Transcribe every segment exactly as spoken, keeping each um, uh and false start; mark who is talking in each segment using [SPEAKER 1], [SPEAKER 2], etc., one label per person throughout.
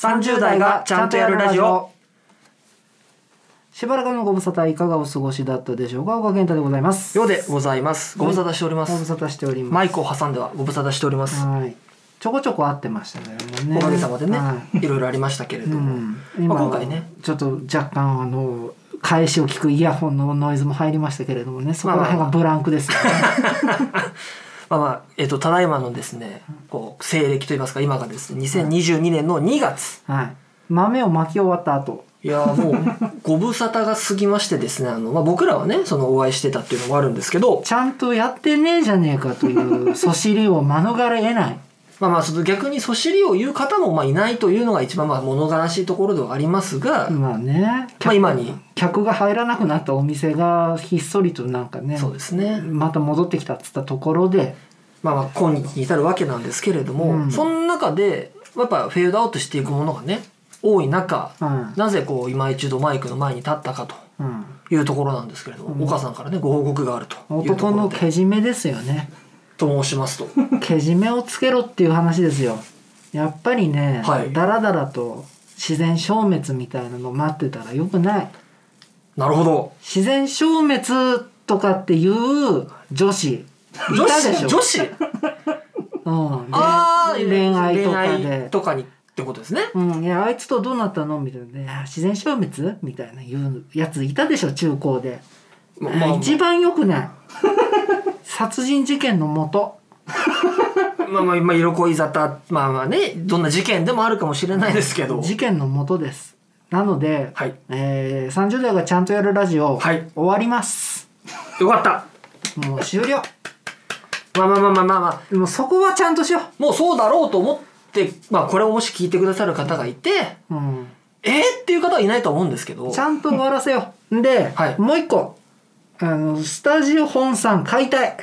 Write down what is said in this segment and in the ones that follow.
[SPEAKER 1] さんじゅう代がちゃんとやるラジオ。
[SPEAKER 2] しばらくのご無沙汰いかがお過ごしだったでしょうか。岡健太でございます。
[SPEAKER 1] ようでございます。ご無沙汰しております。
[SPEAKER 2] ご無沙汰しております。
[SPEAKER 1] マイクを挟んではご無沙汰しております。
[SPEAKER 2] はい。ちょこちょこ会ってましたね。
[SPEAKER 1] おかげさまでね、
[SPEAKER 2] はい、
[SPEAKER 1] いろいろありましたけれども、うん、
[SPEAKER 2] 今、
[SPEAKER 1] まあ、今回ね
[SPEAKER 2] ちょっと若干あの返しを聞くイヤホンのノイズも入りましたけれどもね、そこら辺がブランクですよね。
[SPEAKER 1] まあまあえっとただいまのですね、こう西暦といいますか今がですねにせんにじゅうにねんのにがつ、
[SPEAKER 2] はい、豆をまき終わった後、
[SPEAKER 1] いやもうご無沙汰が過ぎましてですね、あの、まあ、僕らはねそのお会いしてたっていうのもあるんですけど、
[SPEAKER 2] ちゃんとやってねえじゃねえかというそしりを免れ得ない。
[SPEAKER 1] まあまあその逆にそしりを言う方もまあいないというのが一番まあ物悲しいところではありますが、
[SPEAKER 2] まあね、
[SPEAKER 1] まあ、今に
[SPEAKER 2] 客が入らなくなったお店がひっそりとなんかね、
[SPEAKER 1] そうですね、
[SPEAKER 2] また戻ってきたっつったところで、
[SPEAKER 1] まあまあ今日に至るわけなんですけれども、うん、その中でやっぱフェードアウトしていくものがね多い中、うん、なぜこう今一度マイクの前に立ったかというところなんですけれども、うん、岡さんからねご報告があるというところで、
[SPEAKER 2] 男のけじめですよね
[SPEAKER 1] と申しますと
[SPEAKER 2] けじめをつけろっていう話ですよ。やっぱりね、
[SPEAKER 1] はい、
[SPEAKER 2] だらだらと自然消滅みたいなの待ってたらよくない。
[SPEAKER 1] なるほど。
[SPEAKER 2] 自然消滅とかっていう女子いたでしょ。
[SPEAKER 1] 女子、
[SPEAKER 2] うん、
[SPEAKER 1] あ
[SPEAKER 2] 恋愛とかで
[SPEAKER 1] 恋愛とかにってことですね。
[SPEAKER 2] うん、いやあいつとどうなったのみたいな、ね、自然消滅みたいな言うやついたでしょ中高で、まあまあ、一番よくない殺人事件のもと
[SPEAKER 1] まあまあまあ色恋沙汰、まあまあねどんな事件でもあるかもしれないですけど、
[SPEAKER 2] 事件のもとです。なので、はい、えー、さんじゅう代がちゃんとやるラジオ、はい、終わります。
[SPEAKER 1] よかった、
[SPEAKER 2] もう終了。
[SPEAKER 1] まあまあまあまあまあまあ
[SPEAKER 2] もうそこはちゃんとしよう。
[SPEAKER 1] もうそうだろうと思って、まあこれをもし聞いてくださる方がいて、うん、えーっていう方はいないと思うんですけど、
[SPEAKER 2] ちゃんと終わらせよう。で、はい、もう一個あのスタジオ本さん買いたい。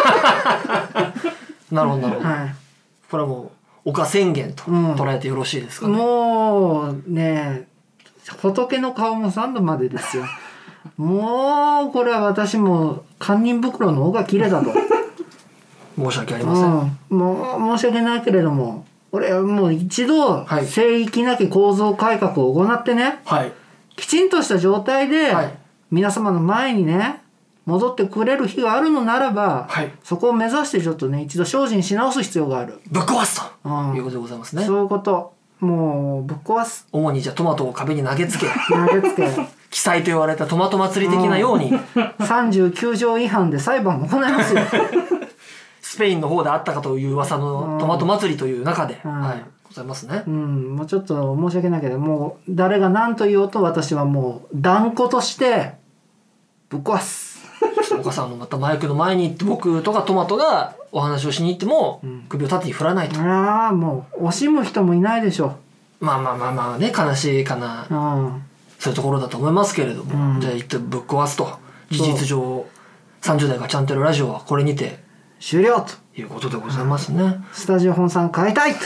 [SPEAKER 1] なるほどなるほど、はい、これはもう岡宣言と捉えてよろしいですかね、
[SPEAKER 2] うん、もうね仏の顔も三度までですよ。もうこれは私も堪忍袋の緒が切れたと
[SPEAKER 1] 申し訳ありません、
[SPEAKER 2] うん、もう申し訳ないけれども俺はもう一度聖域なき構造改革を行ってね、はい、きちんとした状態で皆様の前にね戻ってくれる日があるのならば、はい、そこを目指してちょっとね一度精進し直す必要がある。
[SPEAKER 1] ぶっ壊すと、うん、いうことでございますね。
[SPEAKER 2] そういうこと、もうぶっ壊す。
[SPEAKER 1] 主にじゃあトマトを壁に投げつけ
[SPEAKER 2] 投げつけ
[SPEAKER 1] 記載と言われたトマト祭り的なように、
[SPEAKER 2] うん、さんじゅうきゅう条違反で裁判も行いますよ。
[SPEAKER 1] スペインの方であったかという噂のトマト祭りという中で、うん、はい、ございますね。
[SPEAKER 2] うん、もうちょっと申し訳ないけどもう誰が何と言おうと私はもう断固としてぶっ壊す。
[SPEAKER 1] 岡さんのまたマイクの前に行って僕とかトマトがお話をしに行っても首を縦に振らないと、うん、
[SPEAKER 2] ああもう惜しむ人もいないでしょ
[SPEAKER 1] う。まあまあまあまあね悲しいかな、うん、そういうところだと思いますけれども、うん、じゃあ一旦ぶっ壊すと事実上さんじゅう代がちゃんとやるラジオはこれにて
[SPEAKER 2] 終了と
[SPEAKER 1] いうことでございますね、うん、
[SPEAKER 2] スタジオ本さん変えたいと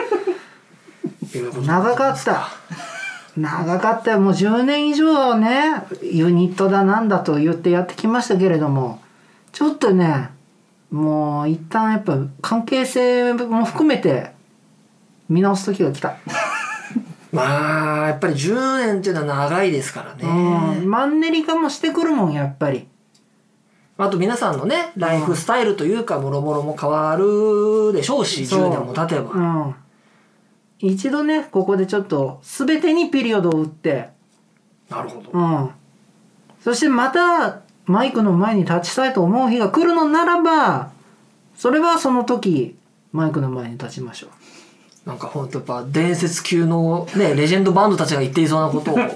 [SPEAKER 2] 長かった長かったよ。もうじゅうねん以上ねユニットだなんだと言ってやってきましたけれどもちょっとねもう一旦やっぱ関係性も含めて見直す時が来た。
[SPEAKER 1] まあやっぱりじゅうねんっていうのは長いですからね、
[SPEAKER 2] うん、マンネリ化もしてくるもんやっぱり。
[SPEAKER 1] あと皆さんのねライフスタイルというかもろもろも変わるでしょうし、じゅうねんも経てば、うん、
[SPEAKER 2] 一度ねここでちょっと全てにピリオドを打って、
[SPEAKER 1] なるほど、
[SPEAKER 2] うん、そしてまたマイクの前に立ちたいと思う日が来るのならばそれはその時マイクの前に立ちましょう。
[SPEAKER 1] なんか本当やっぱ伝説級のねレジェンドバンドたちが言っていそうなことを、うん、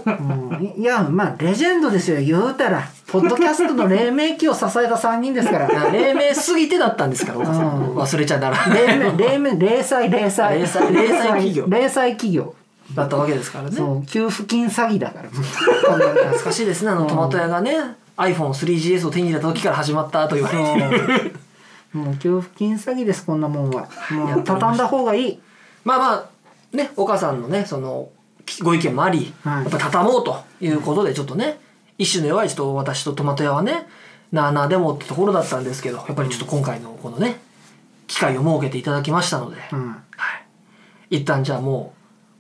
[SPEAKER 2] いやまあレジェンドですよ言うたらポッドキャストの黎明期を支えたさんにんですから
[SPEAKER 1] 黎明すぎてだったんですから岡さん、うん、忘れちゃならない
[SPEAKER 2] 黎明零細零細
[SPEAKER 1] 零細零細企業
[SPEAKER 2] 零細企業
[SPEAKER 1] だったわけですからね。
[SPEAKER 2] そう給付金詐欺だから
[SPEAKER 1] 懐かしいですねあのトマト屋がね アイフォンスリージーエス を手に入れた時から始まったと言われて
[SPEAKER 2] もう給付金詐欺ですこんなもんは。もう畳んだ方がいい。
[SPEAKER 1] まあまあね岡さんのねそのご意見もあり、はい、やっぱ畳もうということでちょっとね一種の弱いちょっと私とトマト屋はねなあなあでもってところだったんですけどやっぱりちょっと今回のこのね機会を設けていただきましたので、うん、はい、一旦じゃあもう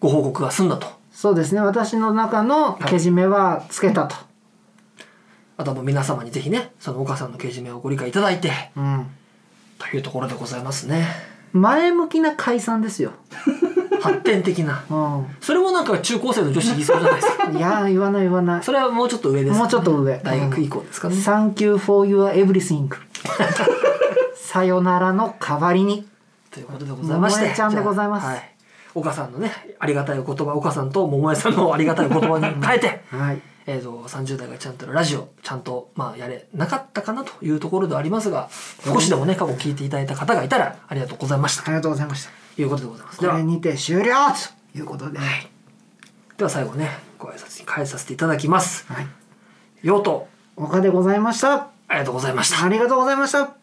[SPEAKER 1] ご報告が済んだと。
[SPEAKER 2] そうですね、私の中のけじめはつけたと、はい、
[SPEAKER 1] あとはもう皆様にぜひねその岡さんのけじめをご理解いただいて、うん、というところでございますね。
[SPEAKER 2] 前向きな解散ですよ
[SPEAKER 1] 発展的な、うん、それもなんか中高生の女子言いそうじゃないですか。
[SPEAKER 2] いや言わない言わない。
[SPEAKER 1] それはもうちょっと上ですかね。
[SPEAKER 2] もうちょっと上、
[SPEAKER 1] 大学以降ですかね。
[SPEAKER 2] Thank you for your everything さよならの代わりに
[SPEAKER 1] ということでございまして、
[SPEAKER 2] 桃江ちゃんでございます。
[SPEAKER 1] はい、岡さんのねありがたいお言葉、岡さんと桃江さんのありがたいお言葉に変えて、はい、えーとさんじゅう代がちゃんとラジオちゃんとまあやれなかったかなというところではありますが、少しでもね過去聞いていただいた方がいたらありがとうございました。
[SPEAKER 2] ありがとうございました
[SPEAKER 1] ということでございます。
[SPEAKER 2] これにて終了ということで、はい、
[SPEAKER 1] では最後ねご挨拶に返させていただきます。はい、ようと
[SPEAKER 2] 岡でございました。
[SPEAKER 1] ありがとうございました。
[SPEAKER 2] ありがとうございました。